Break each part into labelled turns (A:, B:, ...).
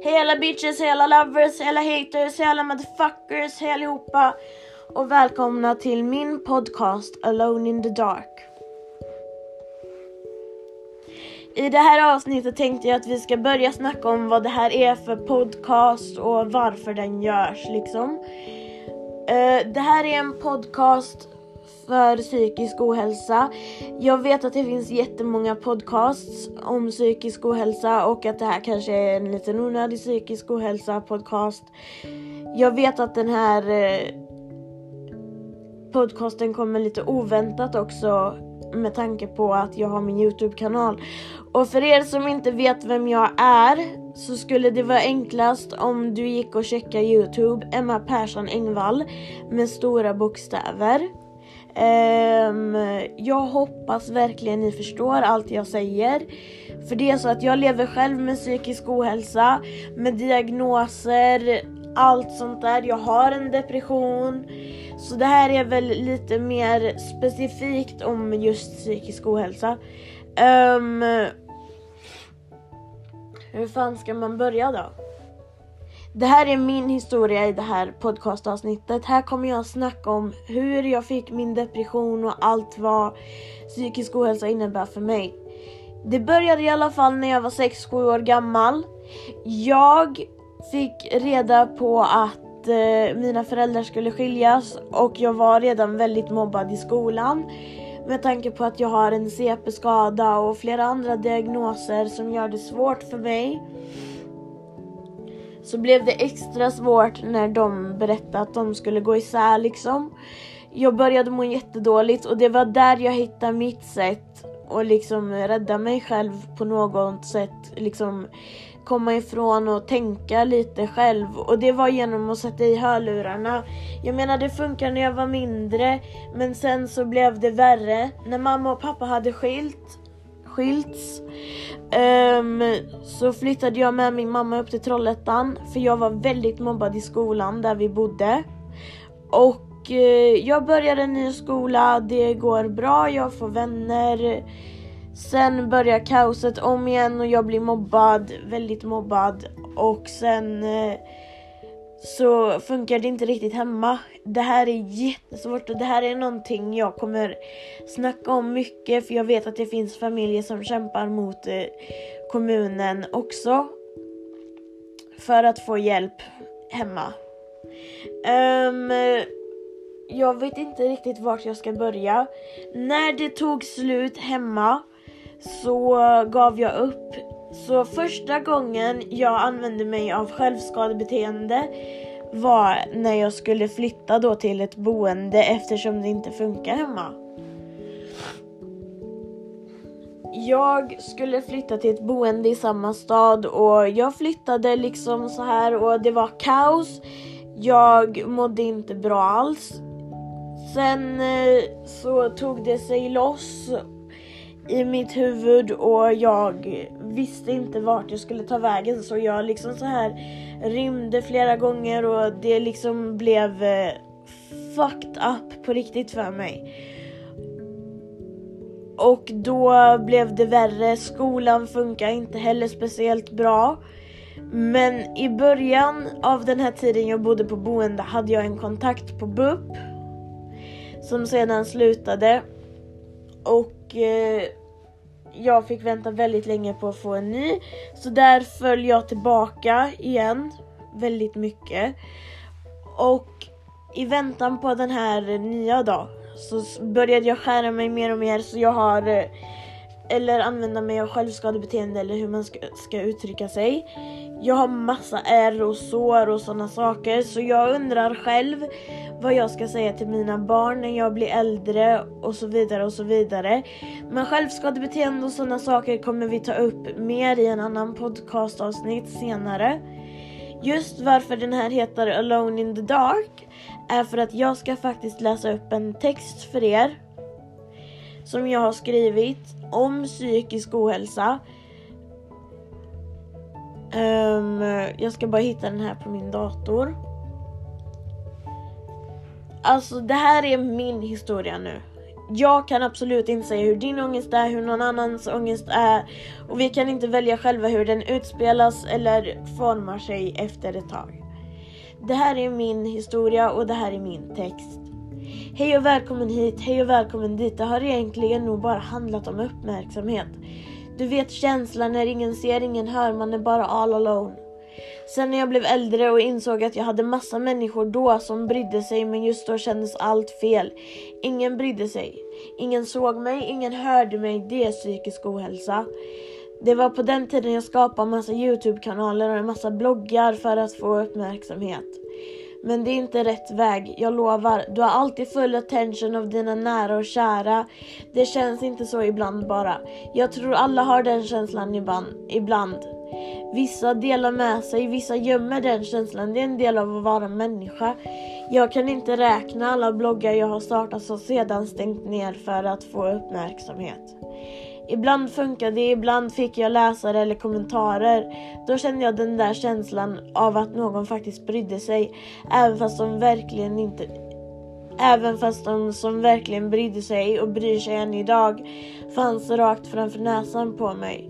A: Hej alla bitches, hej alla lovers, hej alla haters, hej alla motherfuckers, hej allihopa. Och välkomna till min podcast Alone in the Dark. I det här avsnittet tänkte jag att vi ska börja snacka om vad det här är för podcast och varför den görs liksom. Det här är en podcast för psykisk ohälsa. Jag vet att det finns jättemånga podcasts om psykisk ohälsa och att det här kanske är en liten onödig psykisk ohälsa podcast. Jag vet att den här podcasten kommer lite oväntat också med tanke på att jag har min YouTube-kanal. Och för er som inte vet vem jag är så skulle det vara enklast om du gick och checkade YouTube Emma Persson Engvall med stora bokstäver. Jag hoppas verkligen ni förstår allt jag säger. För det är så att jag lever själv med psykisk ohälsa, med diagnoser, allt sånt där. Jag har en depression. Så det här är väl lite mer specifikt om just psykisk ohälsa. Hur fan ska man börja då? Det här är min historia i det här podcastavsnittet. Här kommer jag snacka om hur jag fick min depression och allt vad psykisk ohälsa innebär för mig. Det började i alla fall när jag var 6-7 år gammal. Jag fick reda på att mina föräldrar skulle skiljas och jag var redan väldigt mobbad i skolan. Med tanke på att jag har en CP-skada och flera andra diagnoser som gör det svårt för mig. Så blev det extra svårt när de berättade att de skulle gå isär liksom. Jag började må jättedåligt och det var där jag hittade mitt sätt att liksom rädda mig själv på något sätt. Liksom komma ifrån och tänka lite själv. Och det var genom att sätta i hörlurarna. Jag menar det funkar när jag var mindre. Men sen så blev det värre. När mamma och pappa hade skilts. Så flyttade jag med min mamma upp till Trollhättan. För jag var väldigt mobbad i skolan där vi bodde. Och jag började en ny skola. Det går bra, jag får vänner. Sen börjar kaoset om igen och jag blir mobbad, väldigt mobbad. Och sen så funkar det inte riktigt hemma. Det här är jättesvårt och det här är någonting jag kommer snacka om mycket. För jag vet att det finns familjer som kämpar mot kommunen också. För att få hjälp hemma. Jag vet inte riktigt vart jag ska börja. När det tog slut hemma så gav jag upp. Så första gången jag använde mig av självskadebeteende var när jag skulle flytta då till ett boende eftersom det inte funkar hemma. Jag skulle flytta till ett boende i samma stad och jag flyttade liksom så här och det var kaos. Jag mådde inte bra alls. Sen så tog det sig loss i mitt huvud och jag visste inte vart jag skulle ta vägen. Så jag liksom så här rymde flera gånger och det liksom blev fucked up på riktigt för mig. Och då blev det värre. Skolan funkar inte heller speciellt bra. Men i början av den här tiden jag bodde på boende hade jag en kontakt på BUP. Som sedan slutade. Och jag fick vänta väldigt länge på att få en ny. Så där föll jag tillbaka igen. Väldigt mycket. Och i väntan på den här nya dag så började jag skära mig mer och mer. Så jag har eller använda mig av självskadebeteende eller hur man ska uttrycka sig. Jag har massa ärr och sår och sådana saker. Så jag undrar själv vad jag ska säga till mina barn när jag blir äldre och så vidare och så vidare. Men självskadebeteende och sådana saker kommer vi ta upp mer i en annan podcastavsnitt senare. Just varför den här heter Alone in the Dark är för att jag ska faktiskt läsa upp en text för er som jag har skrivit om psykisk ohälsa. Jag ska bara hitta den här på min dator. Alltså det här är min historia nu. jag kan absolut inte säga hur din ångest är, hur någon annans ångest är. Och vi kan inte välja själva hur den utspelas eller formar sig efter ett tag. Det här är min historia och det här är min text. Hej och välkommen hit, hej och välkommen dit. Det har egentligen nog bara handlat om uppmärksamhet. Du vet känslan när ingen ser, ingen hör, man är bara all alone. Sen när jag blev äldre och insåg att jag hade massa människor då som brydde sig, men just då kändes allt fel. Ingen brydde sig. Ingen såg mig, ingen hörde mig. Det är psykisk ohälsa. Det var på den tiden jag skapade massa YouTube-kanaler och en massa bloggar för att få uppmärksamhet. Men det är inte rätt väg, jag lovar. Du har alltid full attention av dina nära och kära. Det känns inte så ibland bara. Jag tror alla har den känslan ibland. Vissa delar med sig, vissa gömmer den känslan. Det är en del av att vara människa. Jag kan inte räkna alla bloggar jag har startat och sedan stängt ner för att få uppmärksamhet. Ibland funkade det, ibland fick jag läsare eller kommentarer. Då kände jag den där känslan av att någon faktiskt brydde sig. Även fast de som verkligen brydde sig och bryr sig än idag fanns rakt framför näsan på mig.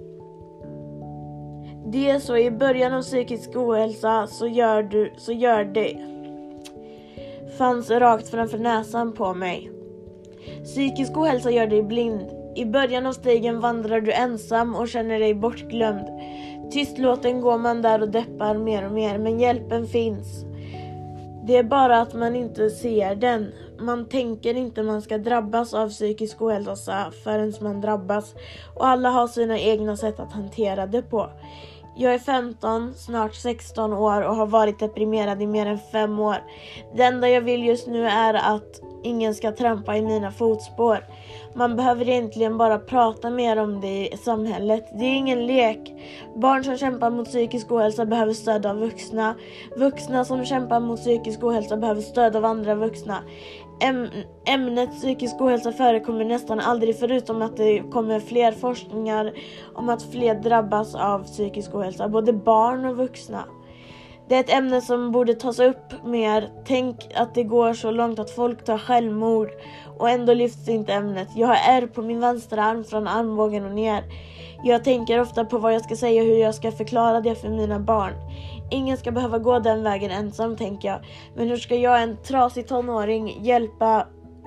A: Det är så i början av psykisk ohälsa så gör det. Fanns rakt framför näsan på mig. Psykisk ohälsa gör dig blind. I början av stegen vandrar du ensam och känner dig bortglömd. Tystlåten går man där och deppar mer och mer, men hjälpen finns. Det är bara att man inte ser den. Man tänker inte man ska drabbas av psykisk ohälsa förrän man drabbas. Och alla har sina egna sätt att hantera det på. Jag är 15, snart 16 år och har varit deprimerad i mer än 5 år. Det enda jag vill just nu är att ingen ska trampa i mina fotspår. Man behöver egentligen bara prata mer om det i samhället. Det är ingen lek. Barn som kämpar mot psykisk ohälsa behöver stöd av vuxna. Vuxna som kämpar mot psykisk ohälsa behöver stöd av andra vuxna. Ämnet psykisk ohälsa förekommer nästan aldrig, förutom att det kommer fler forskningar om att fler drabbas av psykisk ohälsa, både barn och vuxna. Det är ett ämne som borde tas upp mer. Tänk att det går så långt att folk tar självmord och ändå lyfts inte ämnet. Jag har ärr på min vänstra arm från armbågen och ner. Jag tänker ofta på vad jag ska säga och hur jag ska förklara det för mina barn. Ingen ska behöva gå den vägen ensam, tänker jag. Men hur ska jag, en trasig tonåring, hjälpa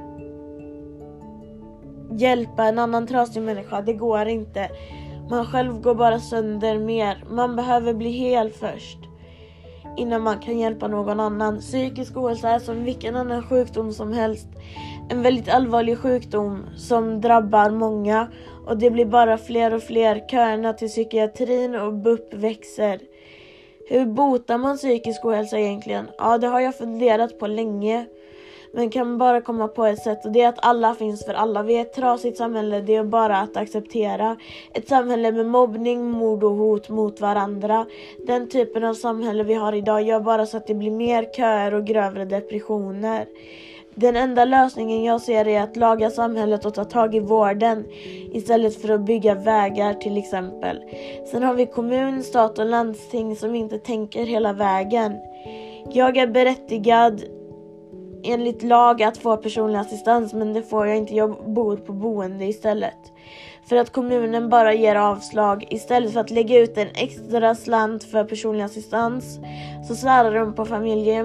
A: en annan trasig människa? Det går inte. Man själv går bara sönder mer. Man behöver bli hel först innan man kan hjälpa någon annan. Psykisk ohälsa är som vilken annan sjukdom som helst. En väldigt allvarlig sjukdom som drabbar många. Och det blir bara fler och fler. Köerna till psykiatrin och BUP växer. Hur botar man psykisk ohälsa egentligen? Ja, det har jag funderat på länge. Men kan bara komma på ett sätt, och det är att alla finns för alla. Vi är ett trasigt samhälle, det är bara att acceptera. Ett samhälle med mobbning, mord och hot mot varandra. Den typen av samhälle vi har idag gör bara så att det blir mer köer och grövre depressioner. Den enda lösningen jag ser är att laga samhället och ta tag i vården istället för att bygga vägar till exempel. Sen har vi kommun, stat och landsting som inte tänker hela vägen. Jag är berättigad enligt lag att få personlig assistans, men det får jag inte. Jag bor på boende istället. För att kommunen bara ger avslag. Istället för att lägga ut en extra slant för personlig assistans så särar de på familjer.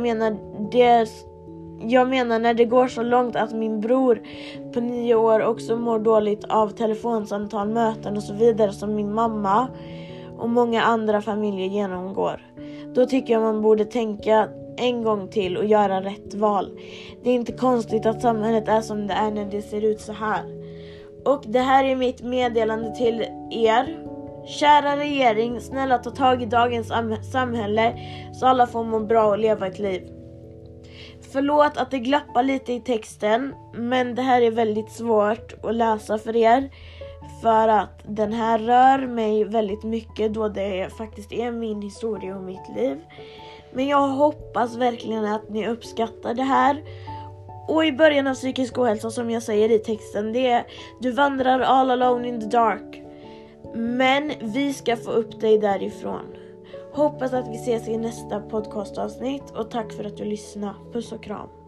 A: Jag menar när det går så långt att min bror på 9 år också mår dåligt av telefonsamtal, möten och så vidare som min mamma och många andra familjer genomgår. Då tycker jag man borde tänka en gång till och göra rätt val. Det är inte konstigt att samhället är som det är när det ser ut så här. Och det här är mitt meddelande till er. Kära regering, snälla ta tag i dagens samhälle så alla får må bra och leva ett liv. Förlåt att det glappar lite i texten, men det här är väldigt svårt att läsa för er. För att den här rör mig väldigt mycket, då det faktiskt är min historia och mitt liv. Men jag hoppas verkligen att ni uppskattar det här. Och i början av psykisk ohälsa, som jag säger i texten, det är: du vandrar all alone in the dark. Men vi ska få upp dig därifrån. Hoppas att vi ses i nästa podcastavsnitt och tack för att du lyssnade. Puss och kram.